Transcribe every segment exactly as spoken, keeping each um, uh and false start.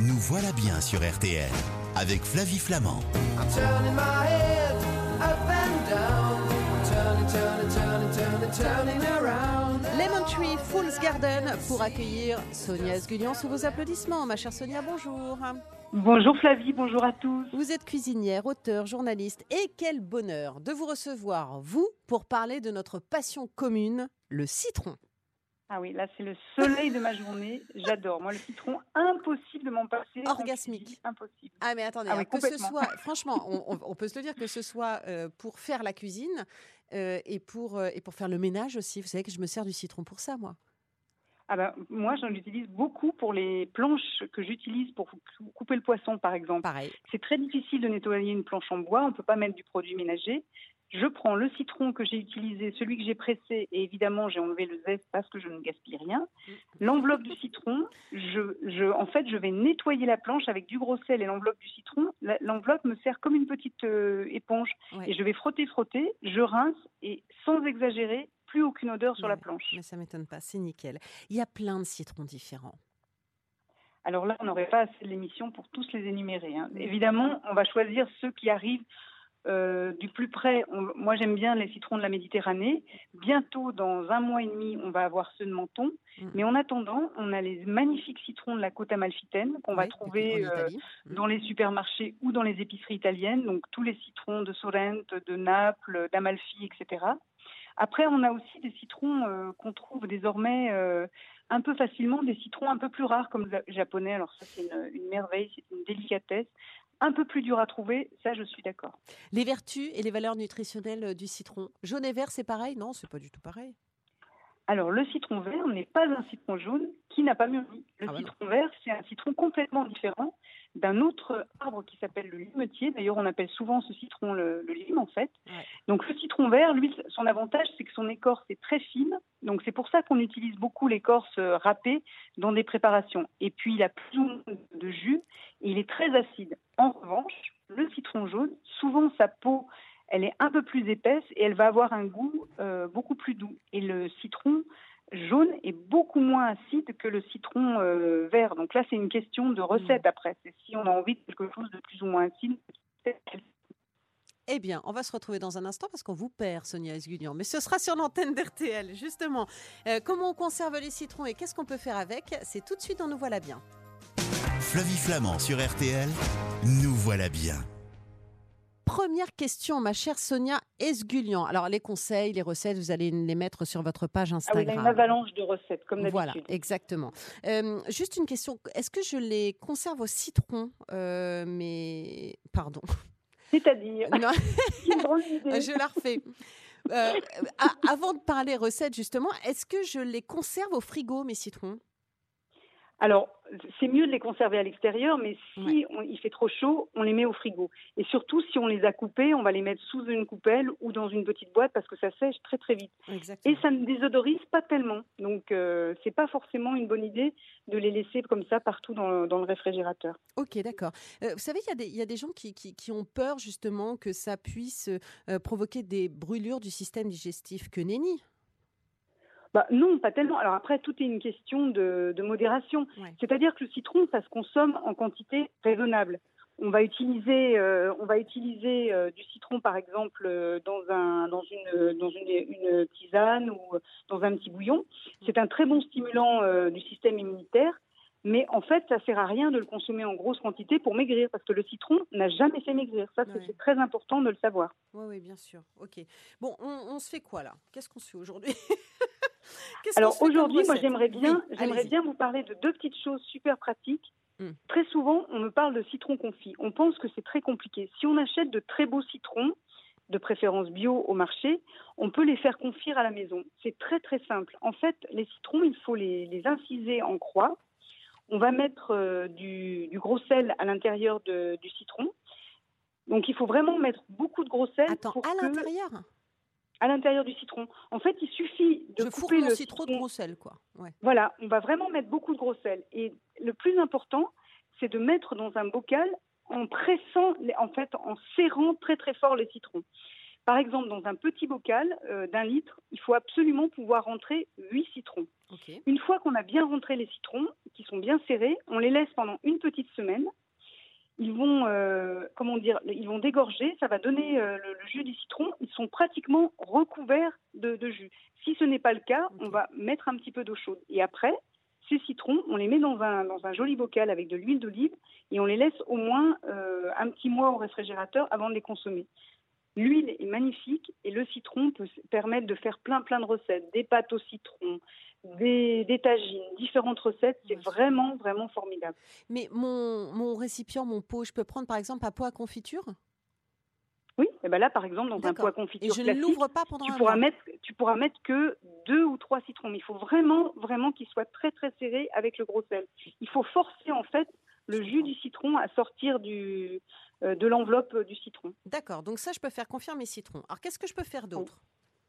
Nous voilà bien sur R T L avec Flavie Flamand. I'm turning my head up and down. Turning, turning, turning, turning, turning around. Lemon Tree Fool's Garden pour accueillir Sonia Esgulian sous vos applaudissements. Ma chère Sonia, bonjour. Bonjour Flavie, bonjour à tous. Vous êtes cuisinière, auteure, journaliste et quel bonheur de vous recevoir, vous, pour parler de notre passion commune, le citron. Ah oui, là c'est le soleil de ma journée, j'adore. Moi le citron, impossible de m'en passer. Orgasmique. Impossible. Ah mais attendez, Ah oui, hein, que ce complètement. soit, franchement, on, on- on peut se le dire, que ce soit euh, pour faire la cuisine euh, et, pour, euh, et pour faire le ménage aussi. Vous savez que je me sers du citron pour ça, moi. Ah ben, moi j'en utilise beaucoup pour les planches que j'utilise pour cou- couper le poisson par exemple. Pareil. C'est très difficile de nettoyer une planche en bois, on ne peut pas mettre du produit ménager. Je prends le citron que j'ai utilisé, celui que j'ai pressé, et évidemment j'ai enlevé le zeste parce que je ne gaspille rien. L'enveloppe du citron, je, je, en fait je vais nettoyer la planche avec du gros sel et l'enveloppe du citron. La- L'enveloppe me sert comme une petite euh, éponge Ouais. et je vais frotter, frotter, je rince et sans exagérer, plus aucune odeur sur la Ouais, planche. Mais ça m'étonne pas, c'est nickel. Il y a plein de citrons différents. Alors là, on n'aurait pas assez de l'émission pour tous les énumérer, hein. Mm. Évidemment, on va choisir ceux qui arrivent euh, du plus près. On- moi, j'aime bien les citrons de la Méditerranée. Bientôt, dans un mois et demi, on va avoir ceux de Menton. Mm. Mais en attendant, on a les magnifiques citrons de la côte amalfitaine qu'on va Oui, trouver en euh, Italie. Mm. dans les supermarchés ou dans les épiceries italiennes. Donc, tous les citrons de Sorrente, de Naples, d'Amalfi, et cetera. Après, on a aussi des citrons euh, qu'on trouve désormais euh, un peu facilement, des citrons un peu plus rares comme le japonais. Alors ça, c'est une, une merveille, c'est une délicatesse. Un peu plus dur à trouver, ça, je suis d'accord. Les vertus et les valeurs nutritionnelles euh, du citron. Jaune et vert, c'est pareil? Non, c'est pas du tout pareil. Alors, le citron vert n'est pas un citron jaune qui n'a pas mûri. Le Ah bah non. citron vert, c'est un citron complètement différent d'un autre arbre qui s'appelle le limetier. D'ailleurs, on appelle souvent ce citron le, le lime, en fait. Ouais. Donc, le citron vert, lui, son avantage, c'est que son écorce est très fine. Donc, c'est pour ça qu'on utilise beaucoup l'écorce euh, râpée dans des préparations. Et puis, il a plus ou moins de jus et il est très acide. En revanche, le citron jaune, souvent, sa peau, elle est un peu plus épaisse et elle va avoir un goût euh, beaucoup plus doux. Et le citron jaune est beaucoup moins acide que le citron euh, vert. Donc là, c'est une question de recette après. C'est si on a envie de quelque chose de plus ou moins acide. Eh bien, on va se retrouver dans un instant parce qu'on vous perd, Sonia Esgulian. Mais ce sera sur l'antenne d'R T L, justement. Euh, comment on conserve les citrons et qu'est-ce qu'on peut faire avec? C'est tout de suite dans Nous voilà bien. Flavie Flamand sur R T L. Nous voilà bien. Première question, ma chère Sonia Esgulian. Alors, les conseils, les recettes, vous allez les mettre sur votre page Ah oui, il y a Instagram. une avalanche de recettes, comme Voilà, d'habitude. exactement. Euh, juste une question. Est-ce que je les conserve au citron? Euh, mais, pardon. C'est-à-dire, Non, c'est une drôle d'idée. je la refais. Euh, a- avant de parler recettes, justement, est-ce que je les conserve au frigo, mes citrons? Alors, c'est mieux de les conserver à l'extérieur, mais si Ouais. on- il fait trop chaud, on les met au frigo. Et surtout, si on les a coupés, on va les mettre sous une coupelle ou dans une petite boîte parce que ça sèche très très vite. Exactement. Et ça ne désodorise pas tellement. Donc, euh, c'est pas forcément une bonne idée de les laisser comme ça partout dans, dans le réfrigérateur. Ok, d'accord. Euh, vous savez, il y a des, il y a des gens qui, qui, qui ont peur justement que ça puisse euh, provoquer des brûlures du système digestif. Que nenni. Bah, non, pas tellement. Alors après, tout est une question de, de modération. Ouais. C'est-à-dire que le citron, ça se consomme en quantité raisonnable. On va utiliser, euh, on va utiliser euh, du citron, par exemple, euh, dans, un, dans, une, dans une, une tisane ou dans un petit bouillon. C'est un très bon stimulant euh, du système immunitaire. Mais en fait, ça sert à rien de le consommer en grosse quantité pour maigrir, parce que le citron n'a jamais fait maigrir. Ça, c'est Ouais. c'est très important de le savoir. Oui, oui, bien sûr. Ok. Bon, on, on se fait quoi là? Qu'est-ce qu'on se fait aujourd'hui? Qu'est-ce qu'on Alors se fait comme aujourd'hui, moi, recette? j'aimerais bien, Oui, j'aimerais allez-y. bien vous parler de deux petites choses super pratiques. Mm. Très souvent, on me parle de citron confit. On pense que c'est très compliqué. Si on achète de très beaux citrons, de préférence bio au marché, on peut les faire confire à la maison. C'est très très simple. En fait, les citrons, il faut les, les inciser en croix. On va mettre euh, du, du gros sel à l'intérieur de- du citron. Donc, il faut vraiment mettre beaucoup de gros sel Attends, pour à que, l'intérieur? à l'intérieur du citron. En fait, il suffit de Je fourre couper mon le citron de citron. gros sel, quoi. Ouais. Voilà, on va vraiment mettre beaucoup de gros sel. Et le plus important, c'est de mettre dans un bocal en pressant, les- en fait, en serrant très très fort les citrons. Par exemple, dans un petit bocal euh, d'un litre, il faut absolument pouvoir rentrer huit citrons. Ok. Une fois qu'on a bien rentré les citrons, qui sont bien serrés, on les laisse pendant une petite semaine. Ils vont, euh, comment dire, ils vont dégorger, ça va donner euh, le, le jus du citron. Ils sont pratiquement recouverts de, de jus. Si ce n'est pas le cas, Ok. on va mettre un petit peu d'eau chaude. Et après, ces citrons, on les met dans un, dans un joli bocal avec de l'huile d'olive et on les laisse au moins euh, un petit mois au réfrigérateur avant de les consommer. L'huile est magnifique et le citron peut s- permettre de faire plein plein de recettes, des pâtes au citron, des, des tagines, différentes recettes. C'est Ouais, super. vraiment, vraiment formidable. Mais mon, mon récipient, mon pot, je peux prendre par exemple un pot à confiture? Oui, et ben là, par exemple, dans un pot à D'accord. Et confiture je ne classique, l'ouvre pas pendant tu un pourras mois. mettre, tu pourras mettre que deux ou trois citrons. Mais il faut vraiment, vraiment qu'ils soient très, très serrés avec le gros sel. Il faut forcer, en fait, Je le jus comprends. du citron à sortir du, euh, de l'enveloppe euh, du citron. D'accord, donc ça, je peux faire confiture mes citrons. Alors, qu'est-ce que je peux faire Oui. d'autre?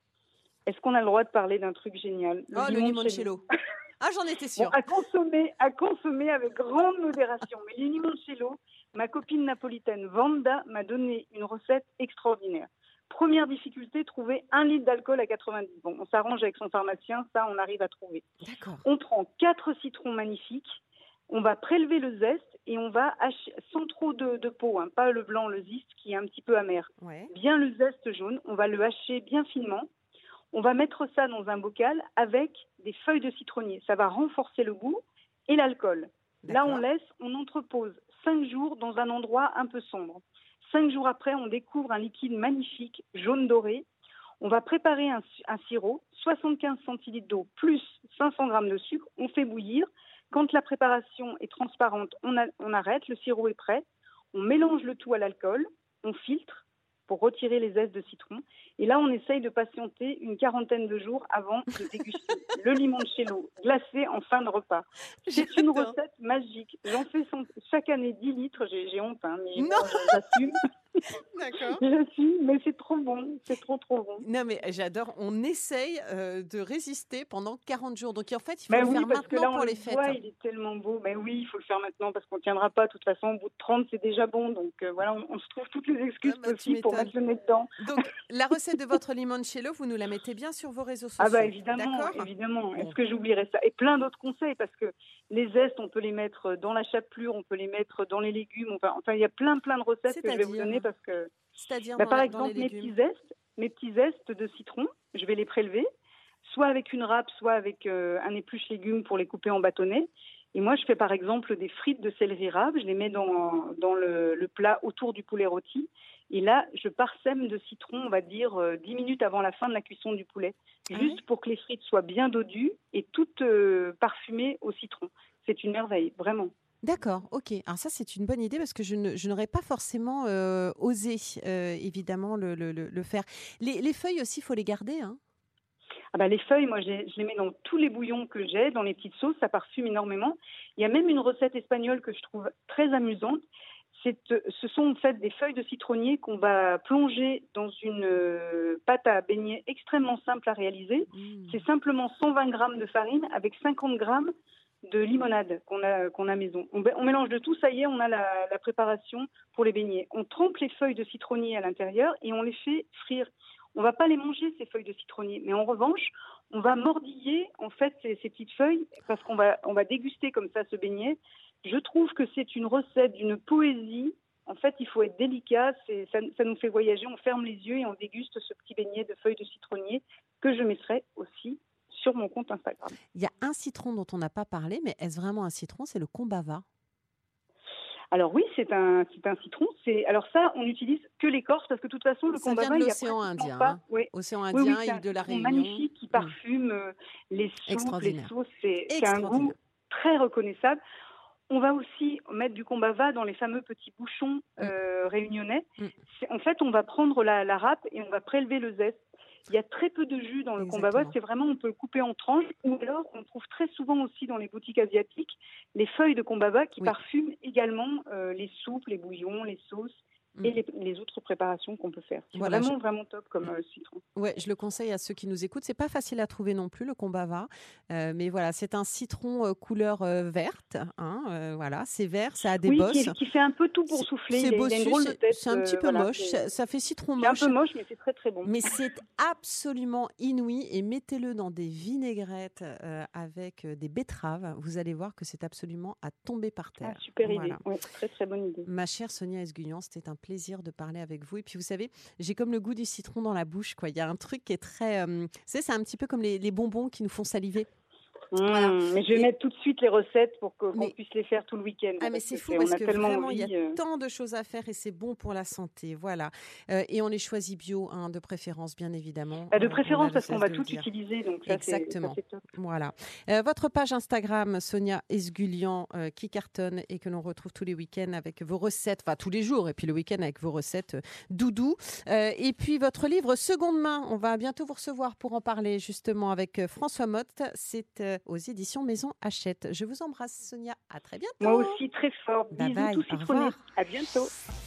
Est-ce qu'on a le droit de parler d'un truc génial? Le Oh, le limoncello. limoncello. Ah, j'en étais Bon, sûre. à consommer, à consommer avec grande modération. Mais les limoncello, ma copine napolitaine Vanda m'a donné une recette extraordinaire. Première difficulté, trouver un litre d'alcool à quatre-vingt-dix. Bon, on s'arrange avec son pharmacien, ça, on arrive à trouver. D'accord. On prend quatre citrons magnifiques, on va prélever le zeste et on va hacher, sans trop de, de peau, hein, pas le blanc, le zeste qui est un petit peu amer. Ouais. Bien le zeste jaune, on va le hacher bien finement. On va mettre ça dans un bocal avec des feuilles de citronnier. Ça va renforcer le goût et l'alcool. Là, on D'accord. laisse, on entrepose cinq jours dans un endroit un peu sombre. Cinq jours après, on découvre un liquide magnifique, jaune doré. On va préparer un, un sirop, soixante-quinze centilitres d'eau plus cinq cents grammes de sucre. On fait bouillir. Quand la préparation est transparente, on, a- on arrête, le sirop est prêt. On mélange le tout à l'alcool, on filtre pour retirer les zestes de citron. Et là, on essaye de patienter une quarantaine de jours avant de déguster le limoncello glacé en fin de repas. C'est une J'adore. recette magique. J'en fais cent- chaque année dix litres. J'ai j'ai honte, hein, mais Non. bon, je- j'assume. D'accord. J'assume, mais c'est trop bon. C'est trop, trop bon. Non, mais j'adore. On essaye euh, de résister pendant quarante jours. Donc, en fait, il faut Ben le oui, faire parce que maintenant là, on pour le les fêtes. voit, il est tellement beau. Ben oui, il faut le faire maintenant parce qu'on ne tiendra pas. De toute façon, au bout de trente, c'est déjà bon. Donc euh, voilà, on, on se trouve toutes les excuses Ah bah, tu possibles pour m'étonnes. mettre le nez dedans. Donc, la recette de votre limoncello, vous nous la mettez bien sur vos réseaux Ah bah sociaux. évidemment, D'accord? évidemment. Bon. Est-ce que j'oublierais ça? Et plein d'autres conseils parce que les zestes, on peut les mettre dans la chapelure, on peut les mettre dans les légumes. Enfin, enfin, il y a plein plein de recettes que je vais vous donner C'est-à-dire? parce que, C'est-à-dire bah, dans, par la- dans les exemple, mes légumes. petits zestes, mes petits zestes de citron, je vais les prélever, soit avec une râpe, soit avec euh, un épluche légumes pour les couper en bâtonnets. Et moi, je fais par exemple des frites de céleri râpe, je les mets dans, dans le, le plat autour du poulet rôti. Et là, je parsème de citron, on va dire, euh, dix minutes avant la fin de la cuisson du poulet, Ah juste ouais? pour que les frites soient bien dodues et toutes euh, parfumées au citron. C'est une merveille, vraiment. D'accord, ok. Alors ça, c'est une bonne idée parce que je, ne- je n'aurais pas forcément euh, osé, euh, évidemment, le, le- le- le faire. Les, les feuilles aussi, il faut les garder, hein? Ah bah, les feuilles, moi, j'ai- je les mets dans tous les bouillons que j'ai, dans les petites sauces, ça parfume énormément. Il y a même une recette espagnole que je trouve très amusante. C'est, euh, ce sont en fait des feuilles de citronnier qu'on va plonger dans une euh, pâte à beignet extrêmement simple à réaliser. Mm. C'est simplement cent vingt grammes de farine avec cinquante grammes de limonade qu'on a, qu'on a maison. On, on mélange de tout, ça y est, on a la, la préparation pour les beignets. On trempe les feuilles de citronnier à l'intérieur et on les fait frire. On va pas les manger, ces feuilles de citronnier, mais en revanche, on va mordiller en fait ces, ces petites feuilles parce qu'on va, on va déguster comme ça ce beignet. Je trouve que c'est une recette d'une poésie. En fait, il faut être délicat, c'est, ça, ça nous fait voyager, on ferme les yeux et on déguste ce petit beignet de feuilles de citronnier que je mettrai aussi sur mon compte Instagram. Il y a un citron dont on n'a pas parlé, mais est-ce vraiment un citron? C'est le combava. Alors oui, c'est un, c'est un citron. C'est, alors ça, on n'utilise que l'écorce parce que de toute façon, le Ça vient combava, de il y a l'océan pratiquement Indien. pas. Hein. Oui, Océan oui, oui, Indien, c'est un île de la citron Réunion. magnifique qui Mm. parfume euh, les soupes, les Extraordinaire. sauces. C'est, c'est un goût Extraordinaire. très reconnaissable. On va aussi mettre du combava dans les fameux petits bouchons euh, réunionnais. Mm. C'est- en fait, on va prendre la, la râpe et on va prélever le zeste. Il y a très peu de jus dans le combava. Exactement. C'est vraiment, on peut le couper en tranches. Ou alors, on trouve très souvent aussi dans les boutiques asiatiques les feuilles de combava qui Oui. parfument également euh, les soupes, les bouillons, les sauces. et les, les autres préparations qu'on peut faire. C'est Voilà, vraiment, je- vraiment top comme euh, citron. Ouais, je le conseille à ceux qui nous écoutent. C'est pas facile à trouver non plus le Combava, Euh, mais voilà, c'est un citron euh, couleur euh, verte. Hein, euh, voilà, c'est vert, ça a des Oui, bosses. qui, qui fait un peu tout pour C'est souffler. c'est Il a, il a une bossu, drôle de c'est tête. c'est un petit euh, peu voilà, moche. c'est Ça, ça fait citron c'est un moche. peu moche, mais c'est très très bon. Mais c'est absolument inouï et mettez-le dans des vinaigrettes euh, avec euh, des betteraves. Vous allez voir que c'est absolument à tomber par Ah, terre. super Voilà. idée. Ouais, très très bonne idée. Ma chère Sonia Esguignan, c'était un plaisir de parler avec vous. Et puis vous savez, j'ai comme le goût du citron dans la bouche, quoi. Il y a un truc qui est très, euh, vous savez, c'est un petit peu comme les, les bonbons qui nous font saliver. Mmh, Voilà. Mais je vais Et- mettre tout de suite les recettes pour que- qu'on Mais- puisse les faire tout le week-end. Ah mais parce c'est que fou c'est- parce on a que tellement vraiment il y envie. a euh, tant de choses à faire et c'est bon pour la santé, voilà. Euh, et on les choisit bio, hein, de préférence bien évidemment. bah, de Euh, on a préférence le parce qu'on cesse va de le tout dire. utiliser, donc ça c'est ça, Exactement. c'est top. Voilà. Euh, votre page Instagram, Sonia Esgulian, euh, qui cartonne et que l'on retrouve tous les week-ends avec vos recettes, enfin tous les jours, et puis le week-end avec vos recettes euh, doudou. Euh, et puis votre livre Seconde main, on va bientôt vous recevoir pour en parler justement avec euh, François Motte. C'est euh, aux éditions Maison Hachette. Je vous embrasse, Sonia. À très bientôt. Moi aussi très fort. Bye Bisous bye, tout au citronnés. revoir. À bientôt.